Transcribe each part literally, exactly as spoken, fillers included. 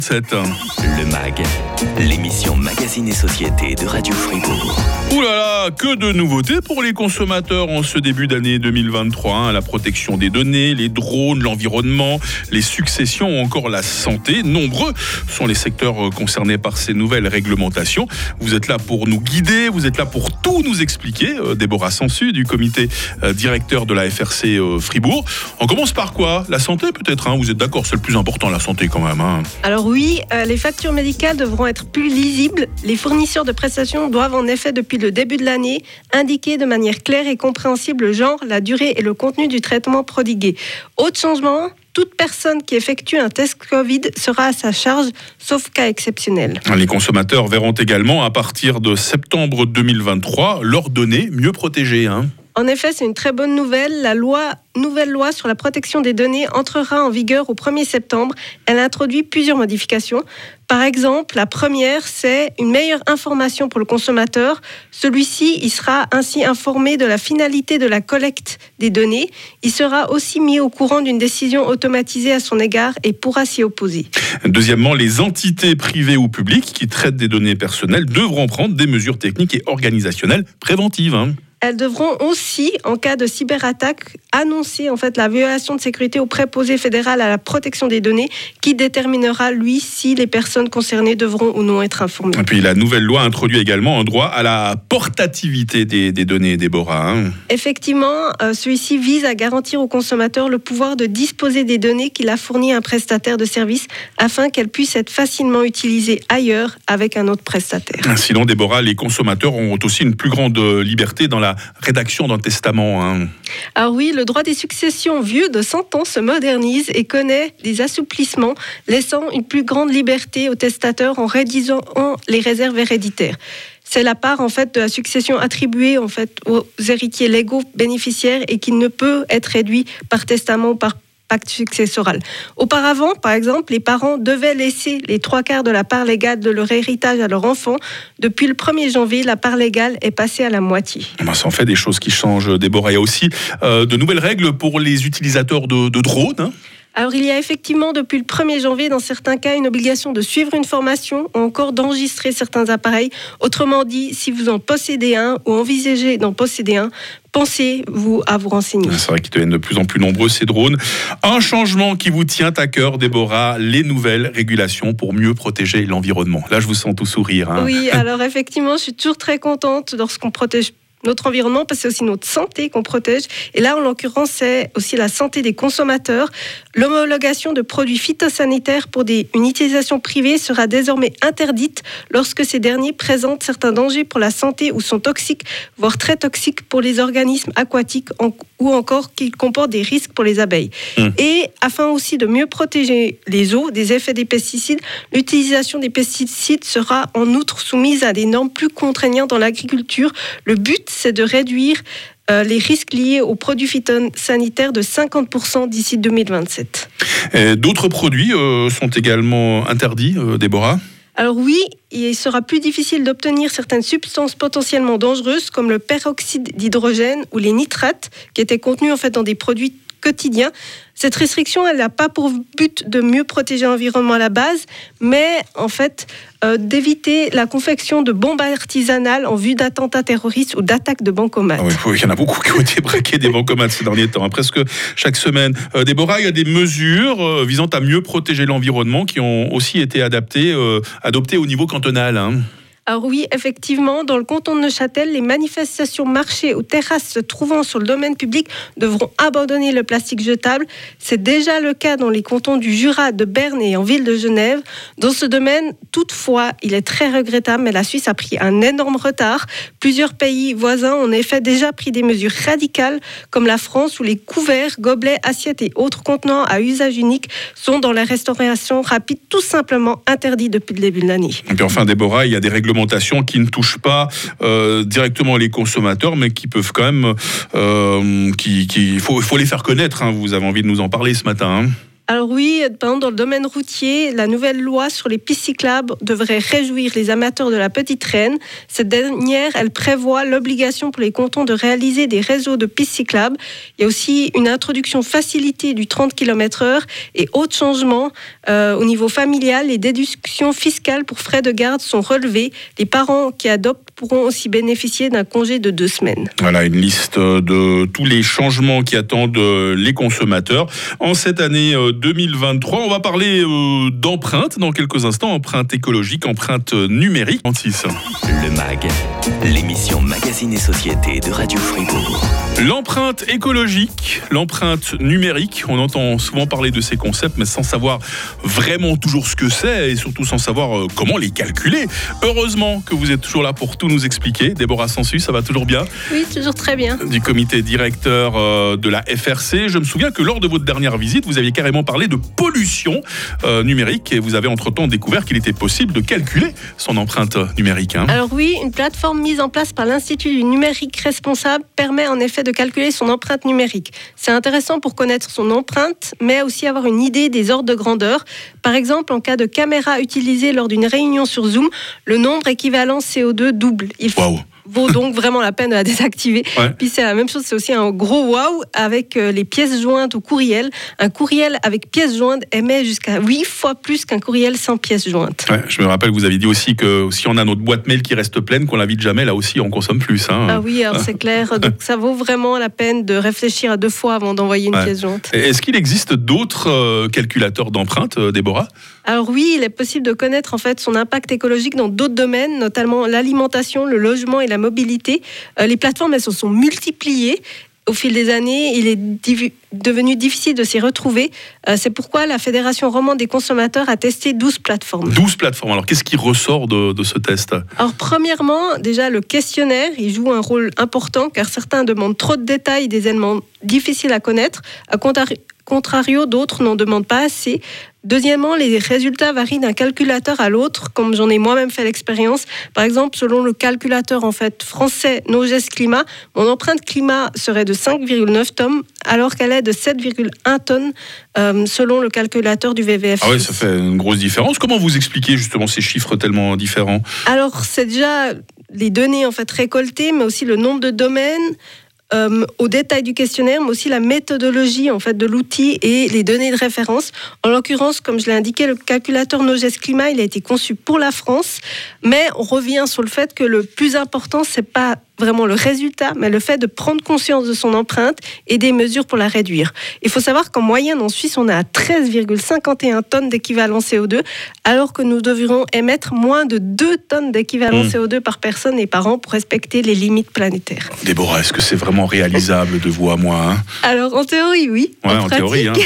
sept. Le MAG, l'émission Magazine et Société de Radio Fribourg. Ouh là là, que de nouveautés pour les consommateurs en ce début d'année deux mille vingt-trois. Hein, la protection des données, les drones, l'environnement, les successions ou encore la santé. Nombreux sont les secteurs concernés par ces nouvelles réglementations. Vous êtes là pour nous guider, vous êtes là pour tout nous expliquer. Euh, Déborah Sansu du comité euh, directeur de la F R C euh, Fribourg. On commence par quoi? La santé peut-être, hein, vous êtes d'accord, c'est le plus important, la santé quand même. Hein. Alors oui, euh, les factures médicales devront être plus lisibles. Les fournisseurs de prestations doivent en effet, depuis le début de l'année, indiquer de manière claire et compréhensible le genre, la durée et le contenu du traitement prodigué. Autre changement, toute personne qui effectue un test Covid sera à sa charge, sauf cas exceptionnel. Les consommateurs verront également, à partir de septembre deux mille vingt-trois, leurs données mieux protégées. Hein. En effet, c'est une très bonne nouvelle. La loi, nouvelle loi sur la protection des données entrera en vigueur au premier septembre. Elle introduit plusieurs modifications. Par exemple, la première, c'est une meilleure information pour le consommateur. Celui-ci, il sera ainsi informé de la finalité de la collecte des données. Il sera aussi mis au courant d'une décision automatisée à son égard et pourra s'y opposer. Deuxièmement, les entités privées ou publiques qui traitent des données personnelles devront prendre des mesures techniques et organisationnelles préventives. Hein. Elles devront aussi, en cas de cyberattaque, annoncer en fait la violation de sécurité au préposé fédéral à la protection des données, qui déterminera, lui, si les personnes concernées devront ou non être informées. Et puis la nouvelle loi introduit également un droit à la portativité des, des données, Déborah. Hein. Effectivement, euh, celui-ci vise à garantir aux consommateurs le pouvoir de disposer des données qu'il a fournies à un prestataire de service, afin qu'elles puissent être facilement utilisées ailleurs avec un autre prestataire. Sinon, Déborah, les consommateurs auront aussi une plus grande liberté dans la rédaction d'un testament. Hein. Alors oui, le droit des successions vieux de cent ans se modernise et connaît des assouplissements, laissant une plus grande liberté aux testateurs en rédigeant les réserves héréditaires. C'est la part en fait de la succession attribuée en fait aux héritiers légaux bénéficiaires et qui ne peut être réduit par testament ou par pacte successoral. Auparavant, par exemple, les parents devaient laisser les trois quarts de la part légale de leur héritage à leur enfant. Depuis le premier janvier, la part légale est passée à la moitié. Ben, ça en fait des choses qui changent, Déborah. Il y a aussi euh, de nouvelles règles pour les utilisateurs de, de drones. Hein. Alors, il y a effectivement, depuis le premier janvier, dans certains cas, une obligation de suivre une formation ou encore d'enregistrer certains appareils. Autrement dit, si vous en possédez un ou envisagez d'en posséder un, pensez-vous à vous renseigner. C'est vrai qu'ils deviennent de plus en plus nombreux, ces drones. Un changement qui vous tient à cœur, Déborah, les nouvelles régulations pour mieux protéger l'environnement. Là, je vous sens tout sourire. Hein. Oui, alors effectivement, je suis toujours très contente lorsqu'on protège notre environnement, parce que c'est aussi notre santé qu'on protège. Et là, en l'occurrence, c'est aussi la santé des consommateurs. L'homologation de produits phytosanitaires pour des, une utilisation privée sera désormais interdite lorsque ces derniers présentent certains dangers pour la santé ou sont toxiques, voire très toxiques pour les organismes aquatiques en, ou encore qu'ils comportent des risques pour les abeilles. Mmh. Et afin aussi de mieux protéger les eaux des effets des pesticides, l'utilisation des pesticides sera en outre soumise à des normes plus contraignantes dans l'agriculture. Le but, c'est de réduire euh, les risques liés aux produits phytosanitaires de cinquante pour cent d'ici deux mille vingt-sept. Et d'autres produits euh, sont également interdits, euh, Déborah ? Alors oui, il sera plus difficile d'obtenir certaines substances potentiellement dangereuses comme le peroxyde d'hydrogène ou les nitrates qui étaient contenus en fait dans des produits quotidiens. Cette restriction, elle n'a pas pour but de mieux protéger l'environnement à la base, mais en fait euh, d'éviter la confection de bombes artisanales en vue d'attentats terroristes ou d'attaques de bancomates. Ah oui, oui, il y en a beaucoup qui ont été braqués des bancomates ces derniers temps, hein, presque chaque semaine. Euh, Déborah, il y a des mesures euh, visant à mieux protéger l'environnement qui ont aussi été adaptées, euh, adoptées au niveau cantonal. Hein. Alors oui, effectivement, dans le canton de Neuchâtel, les manifestations, marchés ou terrasses se trouvant sur le domaine public devront abandonner le plastique jetable. C'est déjà le cas dans les cantons du Jura, de Berne et en ville de Genève. Dans ce domaine, toutefois, il est très regrettable, mais la Suisse a pris un énorme retard. Plusieurs pays voisins ont en effet déjà pris des mesures radicales, comme la France, où les couverts, gobelets, assiettes et autres contenants à usage unique sont dans la restauration rapide tout simplement interdits depuis le début de l'année. Et puis enfin, Déborah, il y a des règlementations qui ne touchent pas euh, directement les consommateurs, mais qui peuvent quand même... Euh, qui, qui, faut, faut les faire connaître. Hein. Vous avez envie de nous en parler ce matin. Hein. Alors oui, par exemple, dans le domaine routier, la nouvelle loi sur les pistes cyclables devrait réjouir les amateurs de la petite reine. Cette dernière, elle prévoit l'obligation pour les cantons de réaliser des réseaux de pistes cyclables. Il y a aussi une introduction facilitée du trente kilomètres heure et autres changements euh, au niveau familial. Les déductions fiscales pour frais de garde sont relevées. Les parents qui adoptent pourront aussi bénéficier d'un congé de deux semaines. Voilà une liste de tous les changements qui attendent les consommateurs en cette année deux mille vingt-trois. On va parler d'empreinte dans quelques instants, empreinte écologique, empreinte numérique. Le MAG, l'émission Magazine et Société de Radio Fribourg. L'empreinte écologique, l'empreinte numérique, on entend souvent parler de ces concepts, mais sans savoir vraiment toujours ce que c'est et surtout sans savoir comment les calculer. Heureusement que vous êtes toujours là pour tout nous expliquer. Déborah Sansu, ça va toujours bien ? Oui, toujours très bien. Du comité directeur de la F R C. Je me souviens que lors de votre dernière visite, vous aviez carrément parlé de pollution euh, numérique et vous avez entre-temps découvert qu'il était possible de calculer son empreinte numérique. Hein. Alors oui, une plateforme mise en place par l'Institut du numérique responsable permet en effet de calculer son empreinte numérique. C'est intéressant pour connaître son empreinte, mais aussi avoir une idée des ordres de grandeur. Par exemple, en cas de caméra utilisée lors d'une réunion sur Zoom, le nombre équivalent C O deux double. Il faut... Waouh. vaut donc vraiment la peine de la désactiver. Ouais. Puis c'est la même chose, c'est aussi un gros waouh avec les pièces jointes au courriel. Un courriel avec pièces jointes émet jusqu'à huit fois plus qu'un courriel sans pièces jointes. Ouais, je me rappelle que vous avez dit aussi que si on a notre boîte mail qui reste pleine, qu'on la vide jamais, là aussi on consomme plus. Hein. Ah oui, alors c'est clair. Donc ça vaut vraiment la peine de réfléchir à deux fois avant d'envoyer une ouais. pièce jointe. Est-ce qu'il existe d'autres euh, calculateurs d'empreintes, euh, Déborah ? Alors oui, il est possible de connaître en fait son impact écologique dans d'autres domaines, notamment l'alimentation, le logement et la mobilité. Euh, les plateformes, elles se sont multipliées. Au fil des années, il est div- devenu difficile de s'y retrouver. Euh, c'est pourquoi la Fédération romande des consommateurs a testé douze plateformes. douze plateformes. Alors, qu'est-ce qui ressort de, de ce test ? Alors, premièrement, déjà, le questionnaire, il joue un rôle important car certains demandent trop de détails, des éléments difficiles à connaître. À contrario, d'autres n'en demandent pas assez. Deuxièmement, les résultats varient d'un calculateur à l'autre, comme j'en ai moi-même fait l'expérience. Par exemple, selon le calculateur en fait français Noges Climat, mon empreinte climat serait de cinq virgule neuf tonnes, alors qu'elle est de sept virgule un tonnes euh, selon le calculateur du V V F. Ah oui, ça fait une grosse différence. Comment vous expliquez justement ces chiffres tellement différents ? Alors, c'est déjà les données en fait récoltées, mais aussi le nombre de domaines. Euh, au détail du questionnaire, mais aussi la méthodologie en fait, de l'outil et les données de référence. En l'occurrence, comme je l'ai indiqué, le calculateur Noges Climat, il a été conçu pour la France, mais on revient sur le fait que le plus important, c'est pas vraiment le résultat, mais le fait de prendre conscience de son empreinte et des mesures pour la réduire. Il faut savoir qu'en moyenne, en Suisse, on est à treize virgule cinquante et un tonnes d'équivalent C O deux, alors que nous devrions émettre moins de deux tonnes d'équivalent mmh. C O deux par personne et par an pour respecter les limites planétaires. Déborah, est-ce que c'est vraiment réalisable de vous à moi hein Alors, en théorie, oui. Ouais, en, en pratique, théorie. Hein.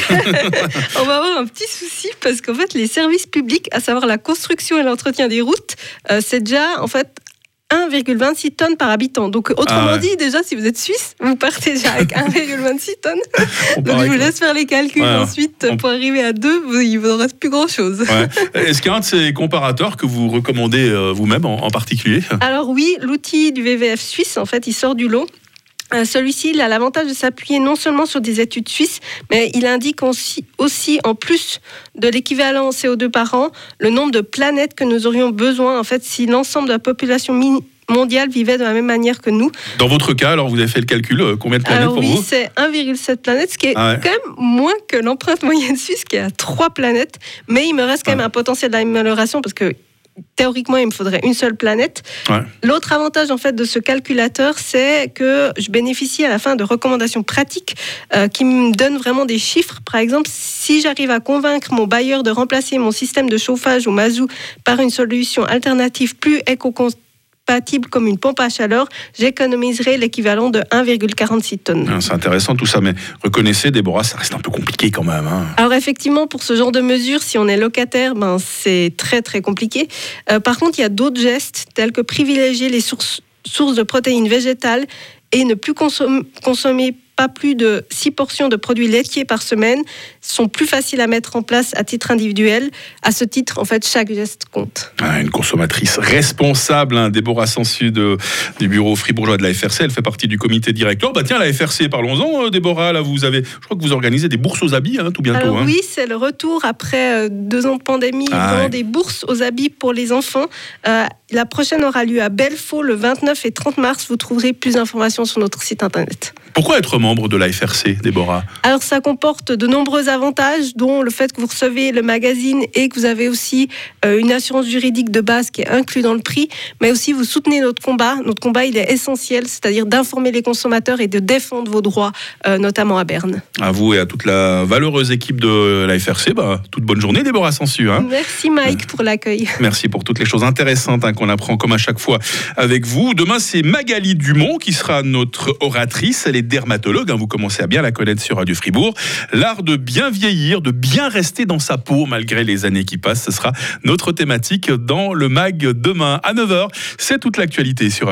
On va avoir un petit souci parce qu'en fait, les services publics, à savoir la construction et l'entretien des routes, euh, c'est déjà, en fait, un virgule vingt-six tonnes par habitant. Donc, autrement ah ouais. dit, déjà, si vous êtes suisse, vous partez déjà avec un virgule vingt-six tonnes. Donc, je vous laisse faire les calculs ouais, ensuite. On... Pour arriver à deux, il ne vous en reste plus grand-chose. Ouais. Est-ce qu'il y a un de ces comparateurs que vous recommandez euh, vous-même en, en particulier ? Alors oui, l'outil du V V F suisse, en fait, il sort du lot. Euh, celui-ci, il a l'avantage de s'appuyer non seulement sur des études suisses, mais il indique aussi, aussi en plus de l'équivalent C O deux par an, le nombre de planètes que nous aurions besoin, en fait, si l'ensemble de la population mi- mondiale vivait de la même manière que nous. Dans votre cas, alors vous avez fait le calcul, euh, combien de planètes alors, pour oui, vous ? C'est un virgule sept planètes, ce qui est ah ouais. quand même moins que l'empreinte moyenne suisse, qui est à trois planètes, mais il me reste quand ah. même un potentiel d'amélioration, parce que théoriquement, il me faudrait une seule planète. Ouais. L'autre avantage en fait de ce calculateur, c'est que je bénéficie à la fin de recommandations pratiques euh, qui me donnent vraiment des chiffres. Par exemple, si j'arrive à convaincre mon bailleur de remplacer mon système de chauffage au mazout par une solution alternative plus éco-compatible comme une pompe à chaleur, j'économiserai l'équivalent de un virgule quarante-six tonnes. C'est intéressant tout ça, mais reconnaissez, Déborah, ça reste un peu compliqué quand même. Hein. Alors effectivement, pour ce genre de mesures, si on est locataire, ben, c'est très très compliqué. Euh, par contre, il y a d'autres gestes, tels que privilégier les sources, sources de protéines végétales et ne plus consom- consommer pas plus de six portions de produits laitiers par semaine sont plus faciles à mettre en place à titre individuel. À ce titre, en fait, chaque geste compte. Ah, une consommatrice responsable, hein, Déborah Sansu de, du bureau fribourgeois de la F R C. Elle fait partie du comité directeur. Bah tiens, la F R C, parlons-en, Déborah. Là, vous avez, je crois que vous organisez des bourses aux habits, hein, tout bientôt. Alors hein. oui, c'est le retour après euh, deux ans de pandémie. Ah, ouais. Des bourses aux habits pour les enfants. Euh, la prochaine aura lieu à Belfaux le vingt-neuf et trente mars. Vous trouverez plus d'informations sur notre site internet. Pourquoi être membre de la F R C, Déborah ? Alors ça comporte de nombreux avantages, dont le fait que vous recevez le magazine et que vous avez aussi euh, une assurance juridique de base qui est inclue dans le prix, mais aussi vous soutenez notre combat. Notre combat, il est essentiel, c'est-à-dire d'informer les consommateurs et de défendre vos droits, euh, notamment à Berne. À vous et à toute la valeureuse équipe de la F R C, bah, toute bonne journée, Déborah Sansu. Hein. Merci Mike pour l'accueil. Merci pour toutes les choses intéressantes hein, qu'on apprend comme à chaque fois avec vous. Demain, c'est Magali Dumont qui sera notre oratrice. Elle est dermatologue, hein, vous commencez à bien la connaître sur Radio Fribourg. L'art de bien vieillir, de bien rester dans sa peau malgré les années qui passent, ce sera notre thématique dans le mag demain à neuf heures. C'est toute l'actualité sur